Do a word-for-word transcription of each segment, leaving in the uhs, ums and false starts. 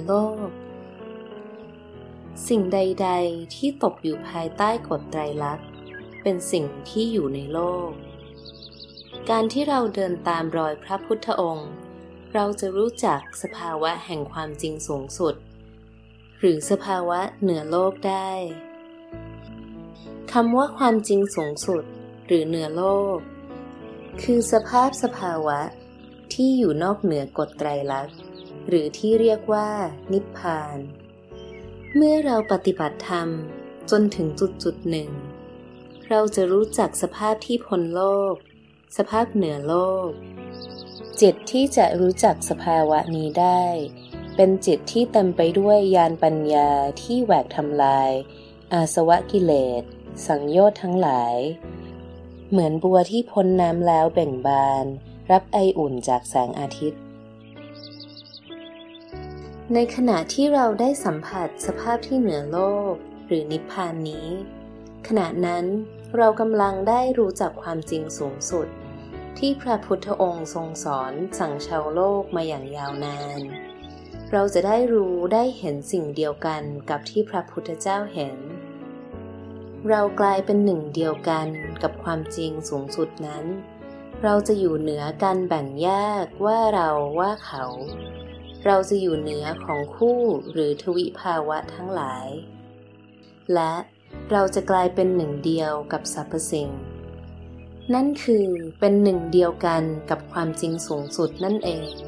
โลกสิ่งใดๆที่ตกอยู่ภายใต้กฎไตรลักษณ์เป็นสิ่งที่อยู่ในโลกการที่เราเดินตามรอยพระพุทธองค์เราจะรู้จักสภาวะแห่งความจริงสูงสุดหรือสภาวะเหนือโลกได้คำว่าความจริงสูงสุดหรือเหนือโลกคือสภาพสภาวะที่อยู่นอกเหนือกฎไตรลักษณ์หรือที่เรียกว่านิพพานเมื่อเราปฏิบัติธรรมจนถึงจุดจุดหนึ่งเราจะรู้จักสภาพที่พ้นโลกสภาพเหนือโลกจิตที่จะรู้จักสภาวะนี้ได้เป็นจิตที่เต็มไปด้วยญาณปัญญาที่แหวกทำลายอาสวะกิเลสสังโยชน์ทั้งหลายเหมือนบัวที่พ้นน้ำแล้วเบ่งบานรับไออุ่นจากแสงอาทิตย์ในขณะที่เราได้สัมผัสสภาพที่เหนือโลกหรือนิพพานนี้ขณะนั้นเรากำลังได้รู้จักความจริงสูงสุดที่พระพุทธองค์ทรงสอนสั่งชาวโลกมาอย่างยาวนานเราจะได้รู้ได้เห็นสิ่งเดียวกันกับที่พระพุทธเจ้าเห็นเรากลายเป็นหนึ่งเดียวกันกับความจริงสูงสุดนั้นเราจะอยู่เหนือการแบ่งแยกว่าเราว่าเขาเราจะอยู่เหนือของคู่หรือทวิภาวะทั้งหลายและเราจะกลายเป็นหนึ่งเดียวกับสรรพสิ่งนั่นคือเป็นหนึ่งเดียวกันกับความจริงสูงสุดนั่นเอง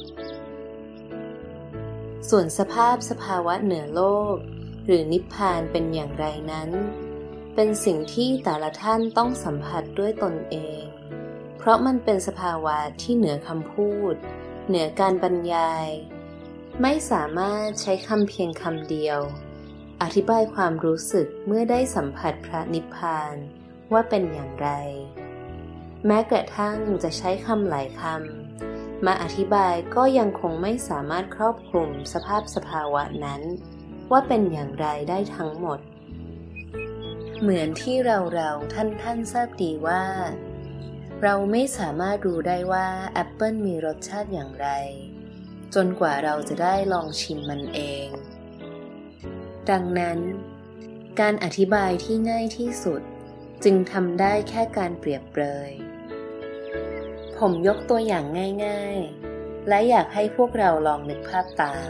ส่วนสภาพสภาวะเหนือโลกหรือนิพพานเป็นอย่างไรนั้นเป็นสิ่งที่แต่ละท่านต้องสัมผัสด้วยตนเองเพราะมันเป็นสภาวะที่เหนือคำพูดเหนือการบรรยายไม่สามารถใช้คำเพียงคำเดียวอธิบายความรู้สึกเมื่อได้สัมผัสพระนิพพานว่าเป็นอย่างไรแม้กระทั่งจะใช้คำหลายคำมาอธิบายก็ยังคงไม่สามารถครอบคลุมสภาพสภาวะนั้นว่าเป็นอย่างไรได้ทั้งหมดเหมือนที่เราเราท่านท่านทราบดีว่าเราไม่สามารถรู้ได้ว่าแอปเปิลมีรสชาติอย่างไรจนกว่าเราจะได้ลองชิมมันเองดังนั้นการอธิบายที่ง่ายที่สุดจึงทำได้แค่การเปรียบเปรยผมยกตัวอย่างง่ายๆและอยากให้พวกเราลองนึกภาพตาม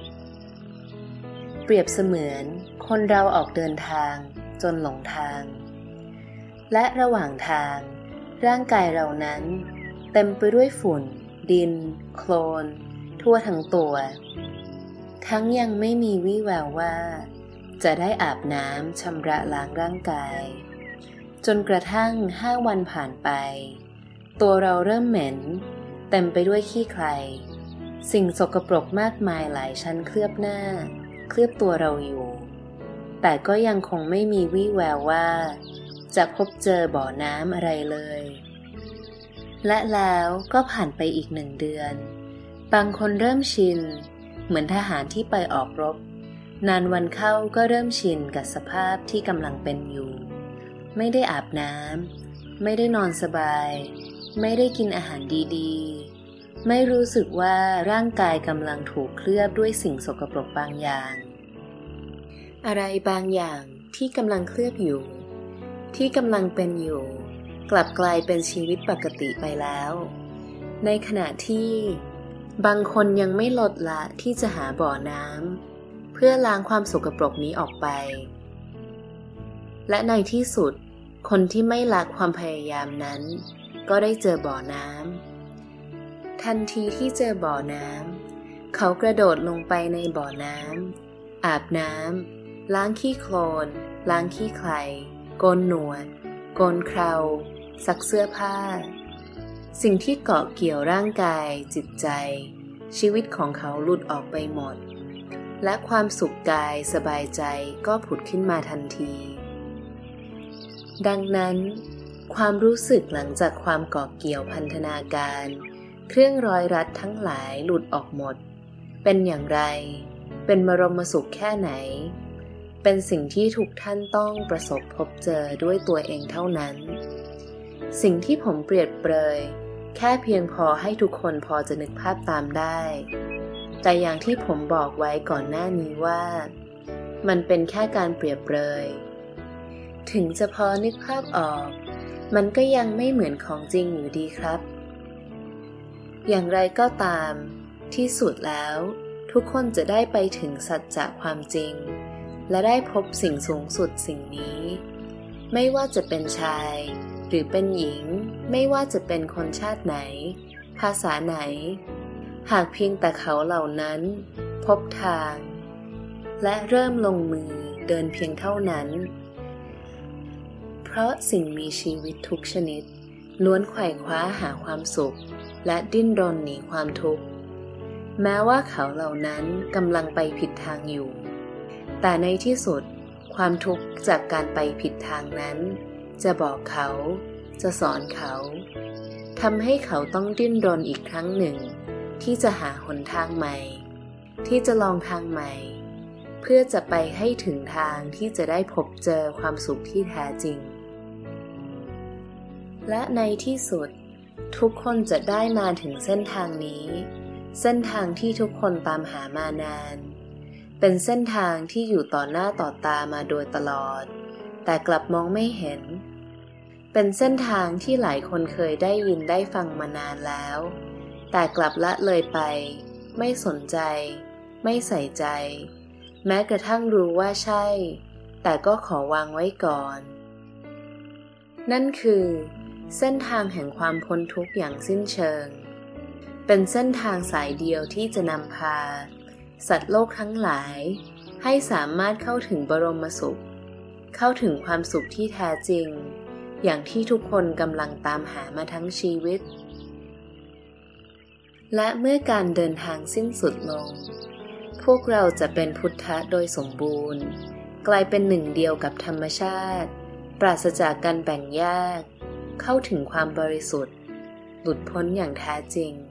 เปรียบเสมือนคนเราออกเดินทางจนหลงทางและระหว่างทางร่างกายเรานั้นเต็มไปด้วยฝุ่นดินโคลนทั่วทั้งตัวทั้งยังไม่มีวี่แววว่าจะได้อาบน้ำชำระล้างร่างกายจนกระทั่งห้าวันผ่านไปตัวเราเริ่มเหม็นเต็มไปด้วยขี้ใครสิ่งสกปรกมากมายหลายชั้นเคลือบหน้าเคลือบตัวเราอยู่แต่ก็ยังคงไม่มีวี่แววว่าจะพบเจอบ่อน้ำอะไรเลยและแล้วก็ผ่านไปอีกหนึ่งเดือนบางคนเริ่มชินเหมือนทหารที่ไปออกรบนานวันเข้าก็เริ่มชินกับสภาพที่กำลังเป็นอยู่ไม่ได้อาบน้ำไม่ได้นอนสบายไม่ได้กินอาหารดีๆไม่รู้สึกว่าร่างกายกำลังถูกเคลือบด้วยสิ่งสกปรกบางอย่างอะไรบางอย่างที่กำลังเคลือบอยู่ที่กำลังเป็นอยู่กลับกลายเป็นชีวิตปกติไปแล้วในขณะที่บางคนยังไม่ลดละที่จะหาบ่อน้ำเพื่อล้างความสกปรกนี้ออกไปและในที่สุดคนที่ไม่ละความพยายามนั้นก็ได้เจอบ่อน้ำทันทีที่เจอบ่อน้ำเขากระโดดลงไปในบ่อน้ำอาบน้ำล้างขี้โคลนล้างขี้ใครโกนหนวดโกนเคราซักเสื้อผ้าสิ่งที่เกาะเกี่ยวร่างกายจิตใจชีวิตของเขาหลุดออกไปหมดและความสุขกายสบายใจก็ผุดขึ้นมาทันทีดังนั้นความรู้สึกหลังจากความเกาะเกี่ยวพันธนาการเครื่องร้อยรัดทั้งหลายหลุดออกหมดเป็นอย่างไรเป็นบรมสุขแค่ไหนเป็นสิ่งที่ทุกท่านต้องประสบพบเจอด้วยตัวเองเท่านั้นสิ่งที่ผมเปรียบเปรยแค่เพียงพอให้ทุกคนพอจะนึกภาพตามได้แต่อย่างที่ผมบอกไว้ก่อนหน้านี้ว่ามันเป็นแค่การเปรียบเปรยถึงจะพอนึกภาพออกมันก็ยังไม่เหมือนของจริงอยู่ดีครับอย่างไรก็ตามที่สุดแล้วทุกคนจะได้ไปถึงสัจจะความจริงและได้พบสิ่งสูงสุดสิ่งนี้ไม่ว่าจะเป็นชายหรือเป็นหญิงไม่ว่าจะเป็นคนชาติไหนภาษาไหนหากเพียงแต่เขาเหล่านั้นพบทางและเริ่มลงมือเดินเพียงเท่านั้นเพราะสิ่งมีชีวิตทุกชนิดล้วนไขว่คว้าหาความสุขและดิ้นรนหนีความทุกข์แม้ว่าเขาเหล่านั้นกำลังไปผิดทางอยู่แต่ในที่สุดความทุกข์จากการไปผิดทางนั้นจะบอกเขาจะสอนเขาทำให้เขาต้องดิ้นรนอีกครั้งหนึ่งที่จะหาหนทางใหม่ที่จะลองทางใหม่เพื่อจะไปให้ถึงทางที่จะได้พบเจอความสุขที่แท้จริงและในที่สุดทุกคนจะได้มาถึงเส้นทางนี้เส้นทางที่ทุกคนตามหามานานเป็นเส้นทางที่อยู่ต่อหน้าต่อตามาโดยตลอดแต่กลับมองไม่เห็นเป็นเส้นทางที่หลายคนเคยได้ยินได้ฟังมานานแล้วแต่กลับละเลยไปไม่สนใจไม่ใส่ใจแม้กระทั่งรู้ว่าใช่แต่ก็ขอวางไว้ก่อนนั่นคือเส้นทางแห่งความพ้นทุกข์อย่างสิ้นเชิงเป็นเส้นทางสายเดียวที่จะนำพาสัตว์โลกทั้งหลายให้สามารถเข้าถึงบรมสุขเข้าถึงความสุขที่แท้จริงอย่างที่ทุกคนกำลังตามหามาทั้งชีวิตและเมื่อการเดินทางสิ้นสุดลงพวกเราจะเป็นพุทธะโดยสมบูรณ์กลายเป็นหนึ่งเดียวกับธรรมชาติปราศจากการแบ่งแยกเข้าถึงความบริสุทธิ์หลุดพ้นอย่างแท้จริง